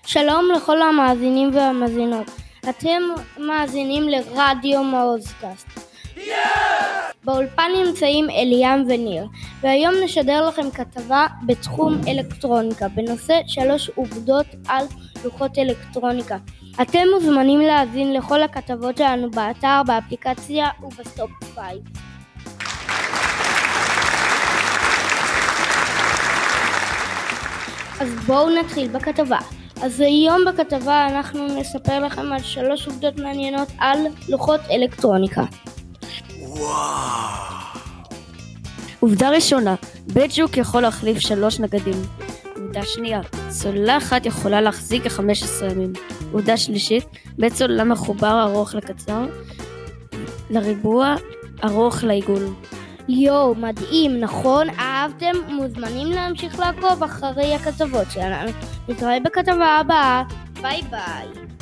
שלום לכל המאזינים והמאזינות. אתם מאזינים לרדיו מעוזקאסט. באולפן נמצאים אליאם וניר, והיום נשדר לכם כתבה בתחום אלקטרוניקה, בנושא 3 עובדות על לוחות אלקטרוניקה. אתם מוזמנים להאזין לכל הכתבות שלנו באתר, באפליקציה ובספוטיפיי. אז בואו נתחיל בכתבה. אז היום בכתבה אנחנו נספר לכם על 3 עובדות מעניינות על לוחות אלקטרוניקה. עובדה ראשונה, בית ז'וק יכול להחליף 3 נגדים. עובדה שנייה, סוללה אחת יכולה להחזיק 15 ימים. עובדה שלישית, בית סוללה מחובר ארוך לקצר, לריבוע ארוך לעיגול. יואו, מדהים, נכון? אהבתם? מוזמנים להמשיך לעקוב אחרי הכתבות שלנו. נתראה בכתבה הבאה. ביי ביי.